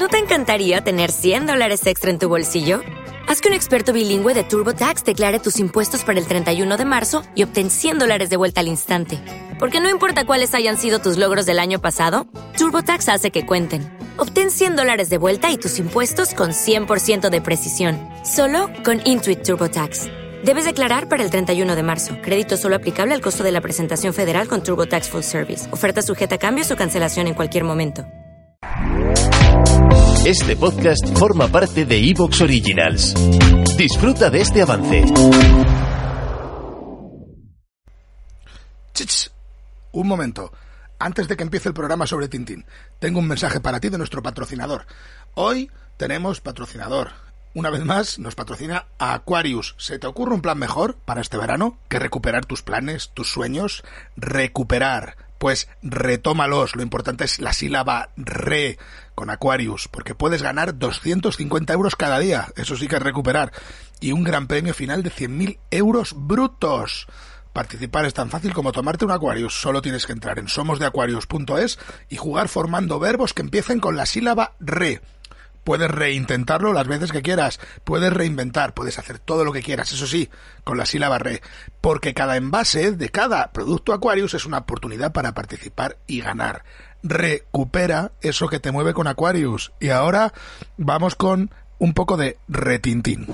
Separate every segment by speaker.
Speaker 1: ¿No te encantaría tener $100 extra en tu bolsillo? Haz que un experto bilingüe de TurboTax declare tus impuestos para el 31 de marzo y obtén $100 de vuelta al instante. Porque no importa cuáles hayan sido tus logros del año pasado, TurboTax hace que cuenten. Obtén $100 de vuelta y tus impuestos con 100% de precisión. Solo con Intuit TurboTax. Debes declarar para el 31 de marzo. Crédito solo aplicable al costo de la presentación federal con TurboTax Full Service. Oferta sujeta a cambios o cancelación en cualquier momento.
Speaker 2: Este podcast forma parte de iVoox Originals. Disfruta de este avance.
Speaker 3: ¡Chich! Un momento. Antes de que empiece el programa sobre Tintín, tengo un mensaje para ti de nuestro patrocinador. Hoy tenemos patrocinador. Una vez más, nos patrocina Aquarius. ¿Se te ocurre un plan mejor para este verano que recuperar tus planes, tus sueños? Recuperar. Pues retómalos. Lo importante es la sílaba re con Aquarius, porque puedes ganar 250 euros cada día. Eso sí que es recuperar. Y un gran premio final de 100.000 euros brutos. Participar es tan fácil como tomarte un Aquarius. Solo tienes que entrar en somosdeaquarius.es y jugar formando verbos que empiecen con la sílaba re. Puedes reintentarlo las veces que quieras, puedes reinventar, puedes hacer todo lo que quieras, eso sí, con la sílaba re, porque cada envase de cada producto Aquarius es una oportunidad para participar y ganar. Recupera eso que te mueve con Aquarius. Y ahora vamos con un poco de retintín.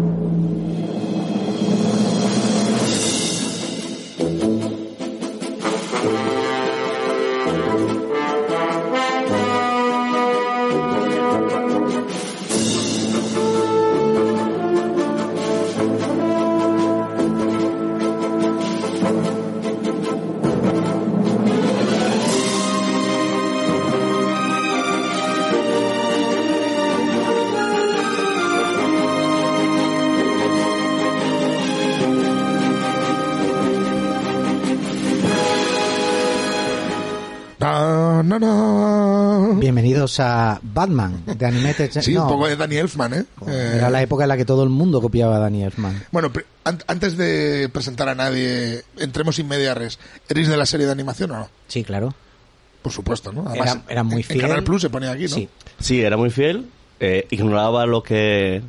Speaker 4: Bienvenidos a Batman de Animated.
Speaker 3: Sí, no, un poco de Danny Elfman, ¿eh?
Speaker 4: Era la época en la que todo el mundo copiaba a Danny Elfman.
Speaker 3: Bueno, antes de presentar a nadie, entremos in media res. ¿Eres de la serie de animación o no?
Speaker 4: Sí, claro.
Speaker 3: Por supuesto, ¿no? Además,
Speaker 4: era muy fiel.
Speaker 3: En Canal Plus se ponía aquí, ¿no?
Speaker 5: Sí, era muy fiel. Ignoraba lo que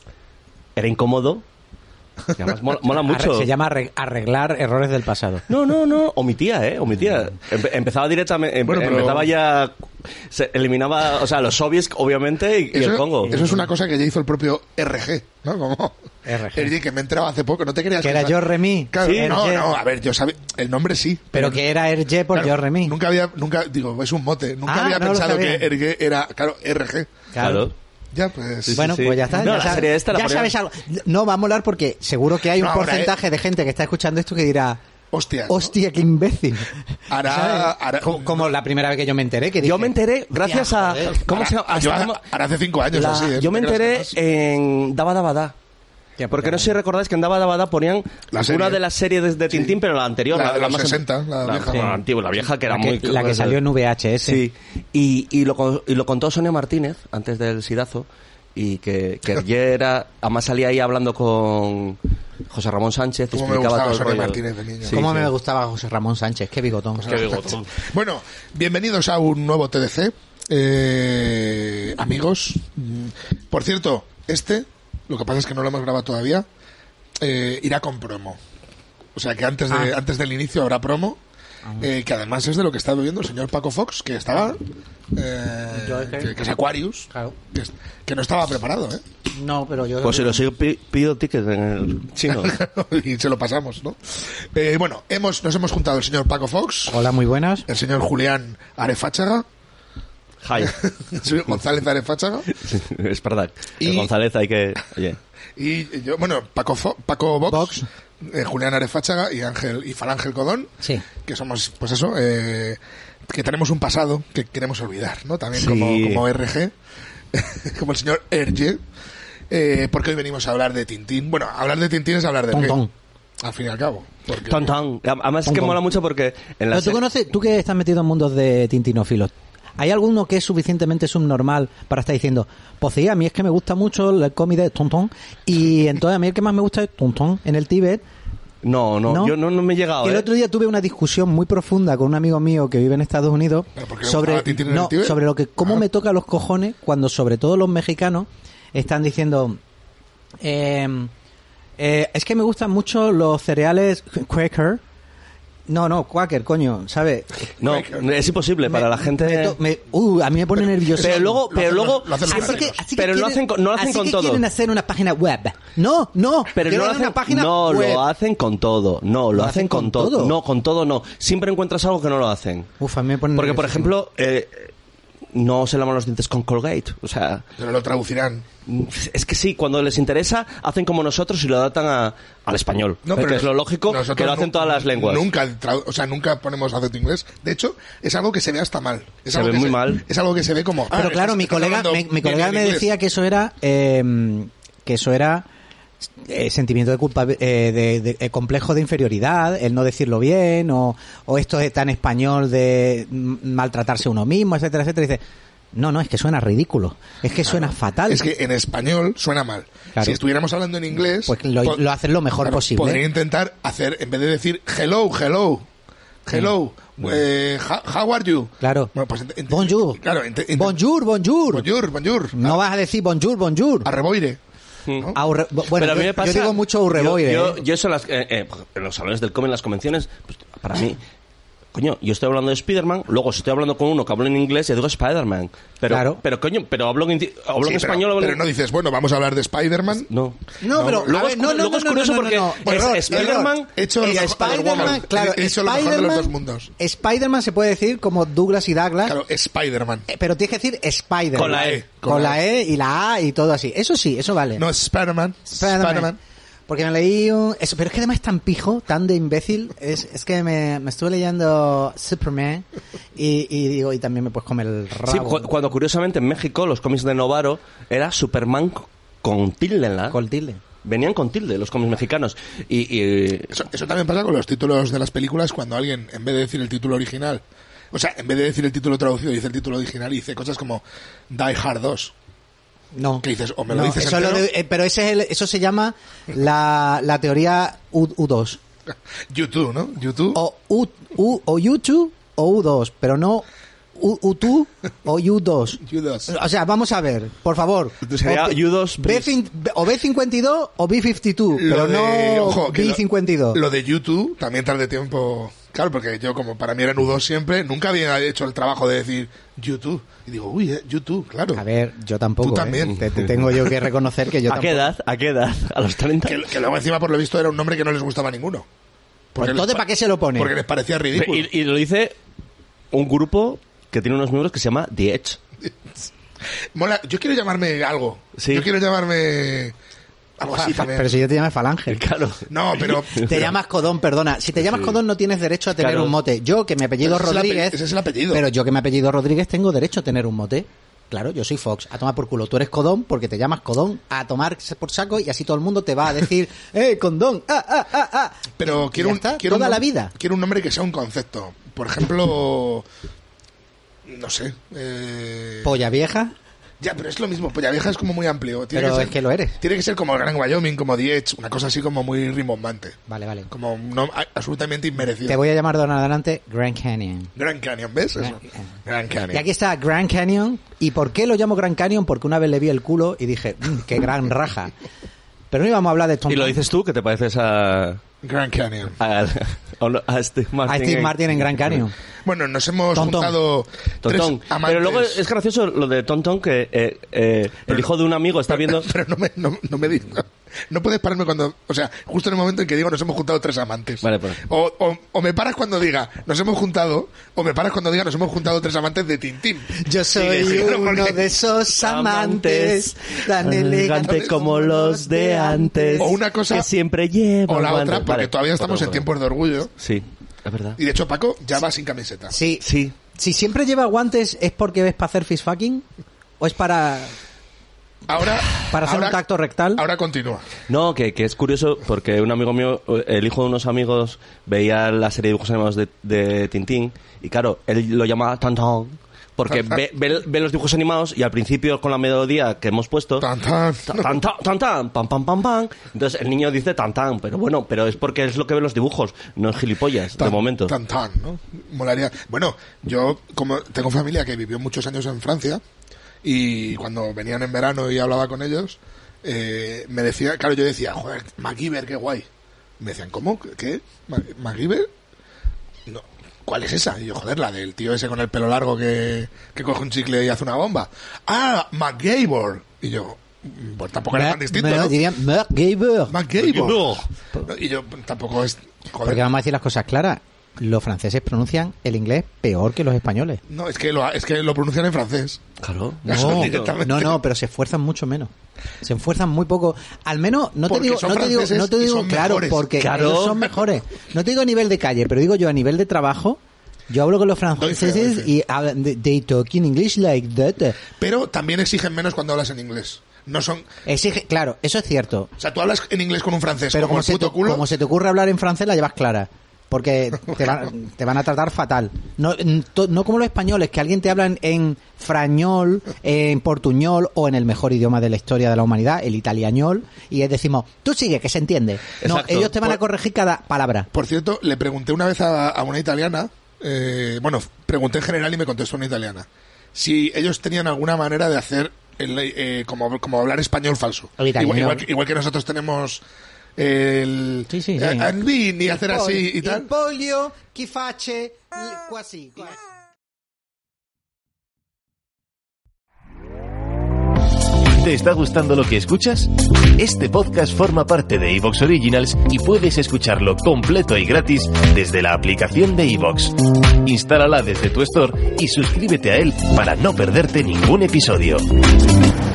Speaker 5: era incómodo. Y además mola mucho.
Speaker 4: Se llama arreglar errores del pasado.
Speaker 5: No. Omitía. Empezaba directamente. Empezaba ya. Se eliminaba, o sea, los soviets, obviamente, y el Congo.
Speaker 3: Eso es una cosa que ya hizo el propio RG, ¿no? Como
Speaker 4: RG.
Speaker 3: Que me entraba hace poco, no te creas
Speaker 4: que era George Remy.
Speaker 3: Claro,
Speaker 4: sí,
Speaker 3: no, a ver, yo sabía, el nombre sí.
Speaker 4: Pero que era RG por George Remy.
Speaker 3: Nunca, digo, es un mote. Nunca había pensado que RG era, RG.
Speaker 5: Claro.
Speaker 3: Ya, pues...
Speaker 4: Bueno, pues ya está.
Speaker 5: No, la serie esta
Speaker 4: ya sabes algo. No, va a molar porque seguro que hay un porcentaje de gente que está escuchando esto que dirá... Hostia, qué imbécil.
Speaker 3: Ahora,
Speaker 4: como la primera vez que yo me enteré. Que dije,
Speaker 5: yo me enteré gracias a... ¿Cómo se llama?
Speaker 3: Ahora hace 5 años así.
Speaker 5: Yo me enteré en Daba Daba Da. Porque no sé si recordáis que en Daba Daba Da ponían una de las series de Tintín, pero la anterior.
Speaker 3: La de los
Speaker 5: más
Speaker 3: 60, la vieja.
Speaker 5: La antigua, la vieja que era muy...
Speaker 4: La que salió en VHS.
Speaker 5: Sí. Y lo contó Sonia Martínez, antes del sidazo, y que era... Además salía ahí hablando con... José Ramón Sánchez explicaba todo
Speaker 3: Sonia Martínez de niño.
Speaker 4: ¿Cómo me gustaba José Ramón Sánchez? Qué bigotón.
Speaker 3: Bueno, bienvenidos a un nuevo TDC. Amigos. Por cierto, lo que pasa es que no lo hemos grabado todavía, irá con promo. O sea que antes del inicio habrá promo. Que además es de lo que está bebiendo el señor Paco Fox, que estaba que es Aquarius,
Speaker 4: claro.
Speaker 3: que no estaba preparado, ¿eh?
Speaker 4: No, pero yo...
Speaker 5: Pues si lo sigo pido tickets en el chino.
Speaker 3: Y se lo pasamos, ¿no? Bueno, nos hemos juntado el señor Paco Fox.
Speaker 4: Hola, muy buenas.
Speaker 3: El señor Julián Arefáchaga.
Speaker 5: Hi.
Speaker 3: El señor González Arefáchaga.
Speaker 5: Es verdad. El González hay que... Oye.
Speaker 3: Y yo, bueno, Paco Vox. Julián Arefáchaga y Falángel Codón,
Speaker 4: sí.
Speaker 3: Que somos, pues eso, que tenemos un pasado que queremos olvidar, ¿no? También como RG, como el señor RG, porque hoy venimos a hablar de Tintín. Bueno, hablar de Tintín es hablar de
Speaker 4: Tontón.
Speaker 3: Al fin y al cabo. Porque...
Speaker 5: Tontón. Además es que mola mucho porque...
Speaker 4: ¿Tú que estás metido en mundos de tintinófilos, ¿hay alguno que es suficientemente subnormal para estar diciendo, pues sí, a mí es que me gusta mucho el cómic de Tontón, y entonces a mí el que más me gusta es Tontón en el Tíbet,
Speaker 5: No, yo no me he llegado.
Speaker 4: El otro día tuve una discusión muy profunda con un amigo mío que vive en Estados Unidos sobre lo que cómo me toca los cojones cuando sobre todo los mexicanos están diciendo es que me gustan mucho los cereales Quaker. No, Quaker, coño, ¿sabes?
Speaker 5: No, es imposible para la gente.
Speaker 4: A mí me pone nervioso.
Speaker 5: Pero luego
Speaker 4: pero
Speaker 5: no hacen con todo.
Speaker 4: Quieren hacer una página web. No,
Speaker 5: pero no hacen
Speaker 4: una página
Speaker 5: web.
Speaker 4: Lo
Speaker 5: hacen con todo. No, lo hacen con todo. No, con todo no. Siempre encuentras algo que no lo hacen.
Speaker 4: A mí me pone
Speaker 5: porque, por ejemplo, no se lavan los dientes con Colgate, o sea...
Speaker 3: Pero lo traducirán.
Speaker 5: Es que sí, cuando les interesa, hacen como nosotros y lo adaptan al español. No, pero que es lo lógico, que lo hacen todas las lenguas.
Speaker 3: Nunca ponemos acento inglés. De hecho, es algo que se ve hasta mal.
Speaker 5: Se ve muy mal.
Speaker 3: Es algo que se ve como...
Speaker 4: Pero claro, mi colega me decía que eso era... sentimiento de culpa, de complejo de inferioridad, el no decirlo bien, o esto es tan español de maltratarse uno mismo, etcétera, etcétera. Y dice, no, es que suena ridículo, es que suena fatal.
Speaker 3: Es que en español suena mal. Claro. Si estuviéramos hablando en inglés...
Speaker 4: Pues lo hacen lo mejor posible.
Speaker 3: Podría intentar hacer, en vez de decir hello, how are you?
Speaker 4: Claro.
Speaker 3: Bueno, pues
Speaker 4: bonjour.
Speaker 3: Claro, bonjour.
Speaker 4: No vas a decir bonjour.
Speaker 3: Arreboire.
Speaker 4: ¿no? Pero a mí me pasa, yo digo mucho aurreboire.
Speaker 5: Yo eso en los salones del cómic, en las convenciones, pues, para mí, coño, yo estoy hablando de Spider-Man, luego si estoy hablando con uno que habla en inglés, yo digo Spider-Man. Pero coño, pero hablo en español.
Speaker 3: Pero no dices, bueno, vamos a hablar de Spider-Man.
Speaker 5: No,
Speaker 4: pero
Speaker 5: luego es curioso porque Spider-Man
Speaker 3: hecho lo mejor de los dos mundos.
Speaker 4: Spider-Man se puede decir como Douglas y Douglas.
Speaker 3: Claro, Spider-Man.
Speaker 4: Pero tienes que decir Spider-Man.
Speaker 5: Con la E.
Speaker 4: Con la E y la A y todo así. Eso sí, eso vale.
Speaker 3: No, Spider-Man.
Speaker 4: Porque me leí eso, pero es que además es tan pijo, tan de imbécil, es que me estuve leyendo Superman y digo, y también me puedes comer el rabo.
Speaker 5: Sí, cuando curiosamente en México los cómics de Novaro era Superman con tilde en la...
Speaker 4: Con tilde.
Speaker 5: Venían con tilde los cómics mexicanos.
Speaker 3: Eso también pasa con los títulos de las películas cuando alguien, en vez de decir el título original, o sea, en vez de decir el título traducido, dice el título original y dice cosas como Die Hard 2.
Speaker 4: No.
Speaker 3: ¿Qué dices? ¿O me lo dices
Speaker 4: eso
Speaker 3: entero?
Speaker 4: Pero eso se llama la teoría U2.
Speaker 3: YouTube, ¿no? YouTube.
Speaker 4: O YouTube o U2, pero no U2 o U2.
Speaker 3: U2.
Speaker 4: O sea, vamos a ver, por favor.
Speaker 5: Sería U2
Speaker 4: o B52 o B52, pero no B52.
Speaker 3: Lo de YouTube también tarde tiempo... Claro, porque yo, como para mí era U2 siempre, nunca había hecho el trabajo de decir YouTube. Y digo, YouTube, claro.
Speaker 4: A ver, yo tampoco.
Speaker 3: Tú también.
Speaker 4: Te tengo yo que reconocer que yo tampoco.
Speaker 5: ¿A qué edad? ¿A los 30?
Speaker 3: Que luego encima, por lo visto, era un nombre que no les gustaba a ninguno.
Speaker 4: Pues entonces, ¿para qué se lo pone?
Speaker 3: Porque les parecía ridículo.
Speaker 5: Y lo dice un grupo que tiene unos miembros que se llama The Edge.
Speaker 3: Mola, yo quiero llamarme algo.
Speaker 5: Sí.
Speaker 3: Yo quiero llamarme... algo así también.
Speaker 4: Pero si yo te llamas Falange.
Speaker 5: Claro.
Speaker 3: No, pero...
Speaker 4: Te llamas Codón, perdona. Si te llamas Codón no tienes derecho a tener un mote. Yo, que mi apellido Rodríguez...
Speaker 3: Ese es el apellido.
Speaker 4: Pero yo, que mi apellido Rodríguez, tengo derecho a tener un mote. Claro, yo soy Fox. A tomar por culo. Tú eres Codón porque te llamas Codón. A tomar por saco y así todo el mundo te va a decir Condón.
Speaker 3: Pero quiero
Speaker 4: toda la vida.
Speaker 3: Quiero un nombre que sea un concepto. Por ejemplo... No sé.
Speaker 4: Polla vieja.
Speaker 3: Ya, pero es lo mismo. Polla vieja es como muy amplio.
Speaker 4: Es que lo eres.
Speaker 3: Tiene que ser como el Gran Wyoming, como The Edge, una cosa así como muy rimbombante.
Speaker 4: Vale.
Speaker 3: Como absolutamente inmerecido.
Speaker 4: Te voy a llamar de ahora en adelante Grand Canyon.
Speaker 3: Grand Canyon, ¿ves? Eso. Grand Canyon.
Speaker 4: Y aquí está Grand Canyon. ¿Y por qué lo llamo Grand Canyon? Porque una vez le vi el culo y dije, qué gran raja. Pero no íbamos a hablar de Tom.
Speaker 5: Y lo dices tú, que te pareces a...
Speaker 3: Grand Canyon.
Speaker 5: A Steve Martin.
Speaker 4: A Steve Martin en Grand Canyon.
Speaker 3: Bueno, nos hemos juntado
Speaker 5: Tontón.
Speaker 3: tres amantes.
Speaker 5: Pero luego es gracioso lo de Tontón, que el hijo de un amigo está viendo...
Speaker 3: Pero no me digas... No puedes pararme cuando... O sea, justo en el momento en que digo nos hemos juntado tres amantes.
Speaker 5: Vale, pues.
Speaker 3: O me paras cuando diga nos hemos juntado, o me paras cuando diga nos hemos juntado tres amantes de Tintín.
Speaker 4: Yo soy uno de esos amantes tan elegantes
Speaker 5: como los de antes.
Speaker 3: O una cosa...
Speaker 5: Que siempre llevan...
Speaker 3: O la otra, porque todavía estamos en tiempos de orgullo.
Speaker 5: Sí, es verdad.
Speaker 3: Y de hecho, Paco ya va sin camiseta.
Speaker 4: Sí. Si siempre lleva guantes, ¿es porque ves para hacer fist fucking? ¿O es para hacer un tacto rectal?
Speaker 3: Ahora continúa.
Speaker 5: No, que es curioso porque un amigo mío, el hijo de unos amigos, veía la serie de dibujos animados de Tintín y claro, él lo llamaba Tontón porque ve los dibujos animados y al principio con la melodía que hemos puesto...
Speaker 3: Tan, tan.
Speaker 5: Tan, tan, tan, tan, pam, pam, pam, pam. Entonces el niño dice tan, tan, pero bueno, pero es porque es lo que ven los dibujos, no es gilipollas, de momento.
Speaker 3: Tan, tan, ¿no? Molaría. Bueno, yo como tengo familia que vivió muchos años en Francia y cuando venían en verano y hablaba con ellos, me decía, claro, yo decía, joder, MacGyver, qué guay. Me decían, ¿cómo? ¿Qué? ¿MacGyver? No. ¿Cuál es esa? Y yo, joder, la del tío ese con el pelo largo que coge un chicle y hace una bomba. ¡Ah! MacGyver. Y yo, pues tampoco era tan distinto, ¿no?
Speaker 4: Dirían MacGyver.
Speaker 3: MacGyver. Y yo, tampoco es... Joder.
Speaker 4: Porque vamos a decir las cosas claras. Los franceses pronuncian el inglés peor que los españoles.
Speaker 3: No, es que lo pronuncian en francés.
Speaker 5: Claro.
Speaker 4: No, pero se esfuerzan mucho menos. Se esfuerzan muy poco. Al menos, no te digo claro,
Speaker 3: mejores.
Speaker 4: Porque ellos son mejores. No te digo a nivel de calle, pero digo yo a nivel de trabajo. Yo hablo con los franceses y hablan, they talk in English like that.
Speaker 3: Pero también exigen menos cuando hablas en inglés. No son...
Speaker 4: Claro, eso es cierto.
Speaker 3: O sea, tú hablas en inglés con un francés,
Speaker 4: pero
Speaker 3: como
Speaker 4: se te ocurre hablar en francés, la llevas clara. Porque te van a tratar fatal. No como los españoles, que alguien te habla en frañol, en portuñol o en el mejor idioma de la historia de la humanidad, el italiañol, y decimos, tú sigue, que se entiende. No, exacto. Ellos te van a corregir cada palabra.
Speaker 3: Por cierto, le pregunté una vez a una italiana, pregunté en general y me contestó una italiana, si ellos tenían alguna manera de hacer como hablar español falso. Igual que nosotros tenemos... y hacer así y tal.
Speaker 4: El pollo que face quasi.
Speaker 2: ¿Te está gustando lo que escuchas? Este podcast forma parte de iVoox Originals y puedes escucharlo completo y gratis desde la aplicación de iVoox. Instálala desde tu store y suscríbete a él para no perderte ningún episodio.